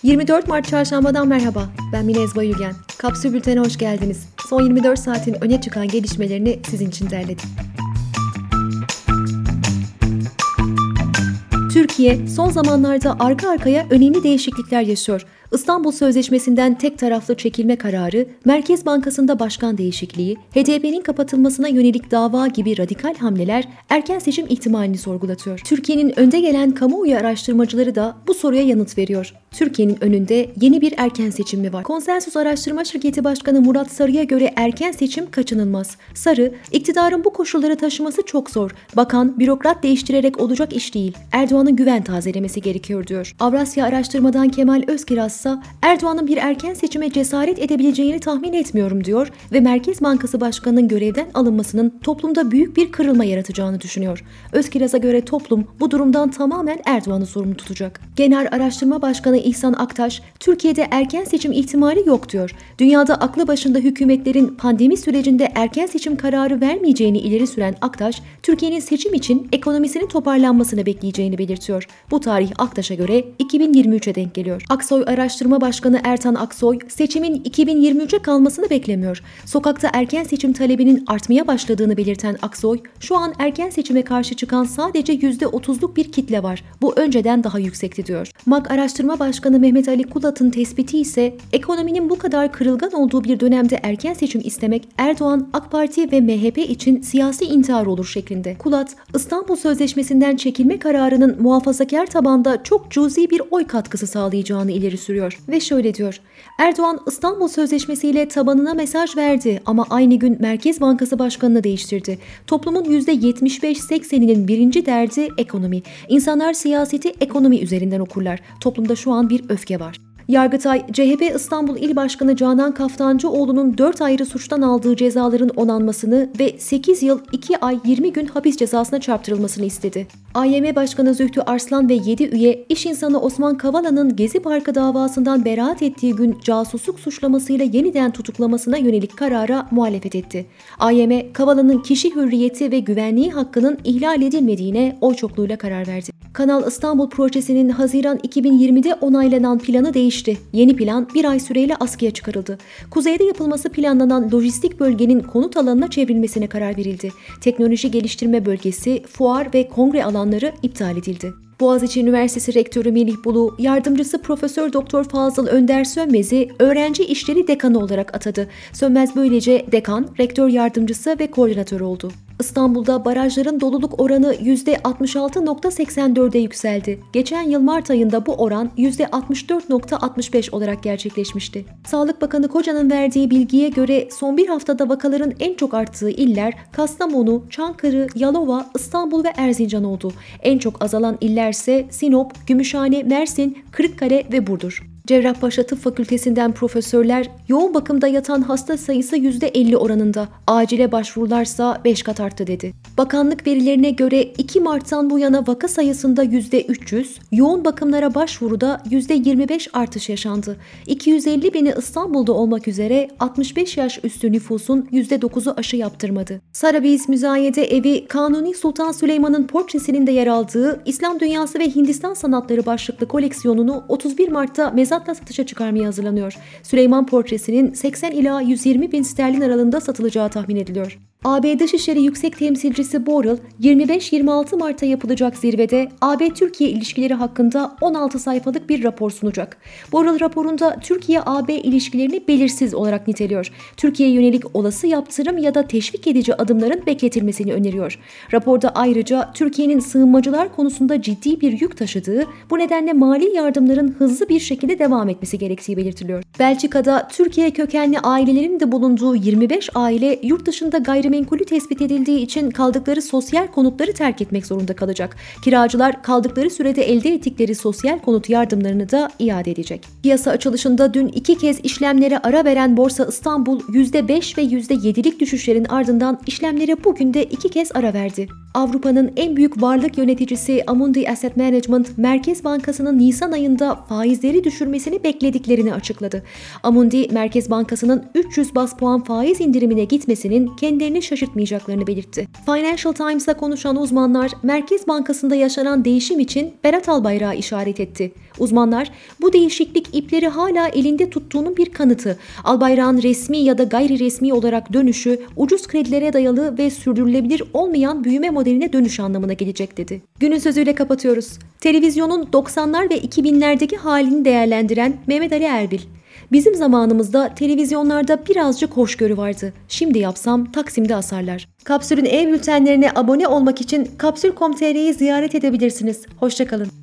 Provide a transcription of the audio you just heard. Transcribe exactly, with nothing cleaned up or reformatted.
yirmi dört Mart Çarşamba'dan merhaba. Ben Mine Ezba Yülgen. Kapsül Bülten'e hoş geldiniz. Son yirmi dört saatin öne çıkan gelişmelerini sizin için derledim. Türkiye son zamanlarda arka arkaya önemli değişiklikler yaşıyor. İstanbul Sözleşmesi'nden tek taraflı çekilme kararı, Merkez Bankası'nda başkan değişikliği, H D P'nin kapatılmasına yönelik dava gibi radikal hamleler erken seçim ihtimalini sorgulatıyor. Türkiye'nin önde gelen kamuoyu araştırmacıları da bu soruya yanıt veriyor. Türkiye'nin önünde yeni bir erken seçim mi var? Konsensus Araştırma Şirketi Başkanı Murat Sarı'ya göre erken seçim kaçınılmaz. Sarı, iktidarın bu koşulları taşıması çok zor. Bakan, bürokrat değiştirerek olacak iş değil. Erdoğan'ın güven tazelemesi gerekiyor diyor. Avrasya Araştırma'dan Kemal Özkiraz Erdoğan'ın bir erken seçime cesaret edebileceğini tahmin etmiyorum diyor ve Merkez Bankası Başkanı'nın görevden alınmasının toplumda büyük bir kırılma yaratacağını düşünüyor. Özkiraz'a göre toplum bu durumdan tamamen Erdoğan'ı sorumlu tutacak. Genel Araştırma Başkanı İhsan Aktaş, Türkiye'de erken seçim ihtimali yok diyor. Dünyada aklı başında hükümetlerin pandemi sürecinde erken seçim kararı vermeyeceğini ileri süren Aktaş, Türkiye'nin seçim için ekonomisinin toparlanmasını bekleyeceğini belirtiyor. Bu tarih Aktaş'a göre iki bin yirmi üçe denk geliyor. Aksoy Araştırma Başkanı Ertan Aksoy, seçimin iki bin yirmi üçe kalmasını beklemiyor. Sokakta erken seçim talebinin artmaya başladığını belirten Aksoy, şu an erken seçime karşı çıkan sadece yüzde otuzluk bir kitle var. Bu önceden daha yüksekti diyor. M A K Araştırma Başkanı Mehmet Ali Kulat'ın tespiti ise, ekonominin bu kadar kırılgan olduğu bir dönemde erken seçim istemek Erdoğan, AK Parti ve M H P için siyasi intihar olur şeklinde. Kulat, İstanbul Sözleşmesi'nden çekilme kararının muhafazakar tabanda çok cüzi bir oy katkısı sağlayacağını ileri sürüyor. Ve şöyle diyor, Erdoğan İstanbul Sözleşmesi ile tabanına mesaj verdi ama aynı gün Merkez Bankası Başkanı'nı değiştirdi. Toplumun yüzde yetmiş beş sekseninin birinci derdi ekonomi. İnsanlar siyaseti ekonomi üzerinden okurlar. Toplumda şu an bir öfke var. Yargıtay, C H P İstanbul İl Başkanı Canan Kaftancıoğlu'nun dört ayrı suçtan aldığı cezaların onanmasını ve sekiz yıl iki ay yirmi gün hapis cezasına çarptırılmasını istedi. A Y M Başkanı Zühtü Arslan ve yedi üye, iş insanı Osman Kavala'nın Gezi Parkı davasından beraat ettiği gün casusluk suçlamasıyla yeniden tutuklamasına yönelik karara muhalefet etti. A Y M, Kavala'nın kişi hürriyeti ve güvenliği hakkının ihlal edilmediğine oy çokluğuyla karar verdi. Kanal İstanbul projesinin Haziran iki bin yirmide onaylanan planı değişti. Yeni plan bir ay süreyle askıya çıkarıldı. Kuzeyde yapılması planlanan lojistik bölgenin konut alanına çevrilmesine karar verildi. Teknoloji geliştirme bölgesi, fuar ve kongre alanları iptal edildi. Boğaziçi Üniversitesi Rektörü Melih Bulu, yardımcısı Profesör Doktor Fazıl Önder Sönmez'i öğrenci işleri dekanı olarak atadı. Sönmez böylece dekan, rektör yardımcısı ve koordinatör oldu. İstanbul'da barajların doluluk oranı yüzde altmış altı virgül seksen dörde yükseldi. Geçen yıl Mart ayında bu oran yüzde altmış dört virgül altmış beş olarak gerçekleşmişti. Sağlık Bakanı Koca'nın verdiği bilgiye göre son bir haftada vakaların en çok arttığı iller Kastamonu, Çankırı, Yalova, İstanbul ve Erzincan oldu. En çok azalan illerse Sinop, Gümüşhane, Mersin, Kırıkkale ve Burdur. Cerrahpaşa Tıp Fakültesinden profesörler, yoğun bakımda yatan hasta sayısı yüzde elli oranında, acile başvurularsa beş kat arttı dedi. Bakanlık verilerine göre iki Mart'tan bu yana vaka sayısında yüzde üç yüz, yoğun bakımlara başvuruda yüzde yirmi beş artış yaşandı. iki yüz elli bini İstanbul'da olmak üzere altmış beş yaş üstü nüfusun yüzde dokuzu aşı yaptırmadı. Sarabiz Müzayede Evi, Kanuni Sultan Süleyman'ın portresinin de yer aldığı İslam Dünyası ve Hindistan Sanatları başlıklı koleksiyonunu otuz bir Mart'ta mezatla satışa çıkarmaya hazırlanıyor. Süleyman portresinin seksen ila yüz yirmi bin sterlin aralığında satılacağı tahmin ediliyor. A B Dışişleri Yüksek Temsilcisi Borrell, yirmi beş yirmi altı Mart'ta yapılacak zirvede A B-Türkiye ilişkileri hakkında on altı sayfalık bir rapor sunacak. Borrell raporunda Türkiye-A B ilişkilerini belirsiz olarak niteliyor. Türkiye'ye yönelik olası yaptırım ya da teşvik edici adımların bekletilmesini öneriyor. Raporda ayrıca Türkiye'nin sığınmacılar konusunda ciddi bir yük taşıdığı, bu nedenle mali yardımların hızlı bir şekilde devam etmesi gerektiği belirtiliyor. Belçika'da Türkiye kökenli ailelerin de bulunduğu yirmi beş aile yurt dışında gayrimenkul gayrimenkulü tespit edildiği için kaldıkları sosyal konutları terk etmek zorunda kalacak. Kiracılar kaldıkları sürede elde ettikleri sosyal konut yardımlarını da iade edecek. Piyasa açılışında dün iki kez işlemlere ara veren Borsa İstanbul yüzde beş ve yüzde yedilik düşüşlerin ardından işlemlere bugün de iki kez ara verdi. Avrupa'nın en büyük varlık yöneticisi Amundi Asset Management, Merkez Bankası'nın Nisan ayında faizleri düşürmesini beklediklerini açıkladı. Amundi, Merkez Bankası'nın üç yüz baz puan faiz indirimine gitmesinin kendilerini şaşırtmayacaklarını belirtti. Financial Times'la konuşan uzmanlar, Merkez Bankası'nda yaşanan değişim için Berat Albayrak'ı işaret etti. Uzmanlar, bu değişiklik ipleri hala elinde tuttuğunun bir kanıtı. Albayrak'ın resmi ya da gayri resmi olarak dönüşü, ucuz kredilere dayalı ve sürdürülebilir olmayan büyüme modeline dönüş anlamına gelecek dedi. Günün sözüyle kapatıyoruz. Televizyonun doksanlar ve iki binlerdeki halini değerlendiren Mehmet Ali Erbil. Bizim zamanımızda televizyonlarda birazcık hoşgörü vardı. Şimdi yapsam Taksim'de asarlar. Kapsül'ün e-bültenlerine abone olmak için kapsül nokta com nokta tr'yi ziyaret edebilirsiniz. Hoşça kalın.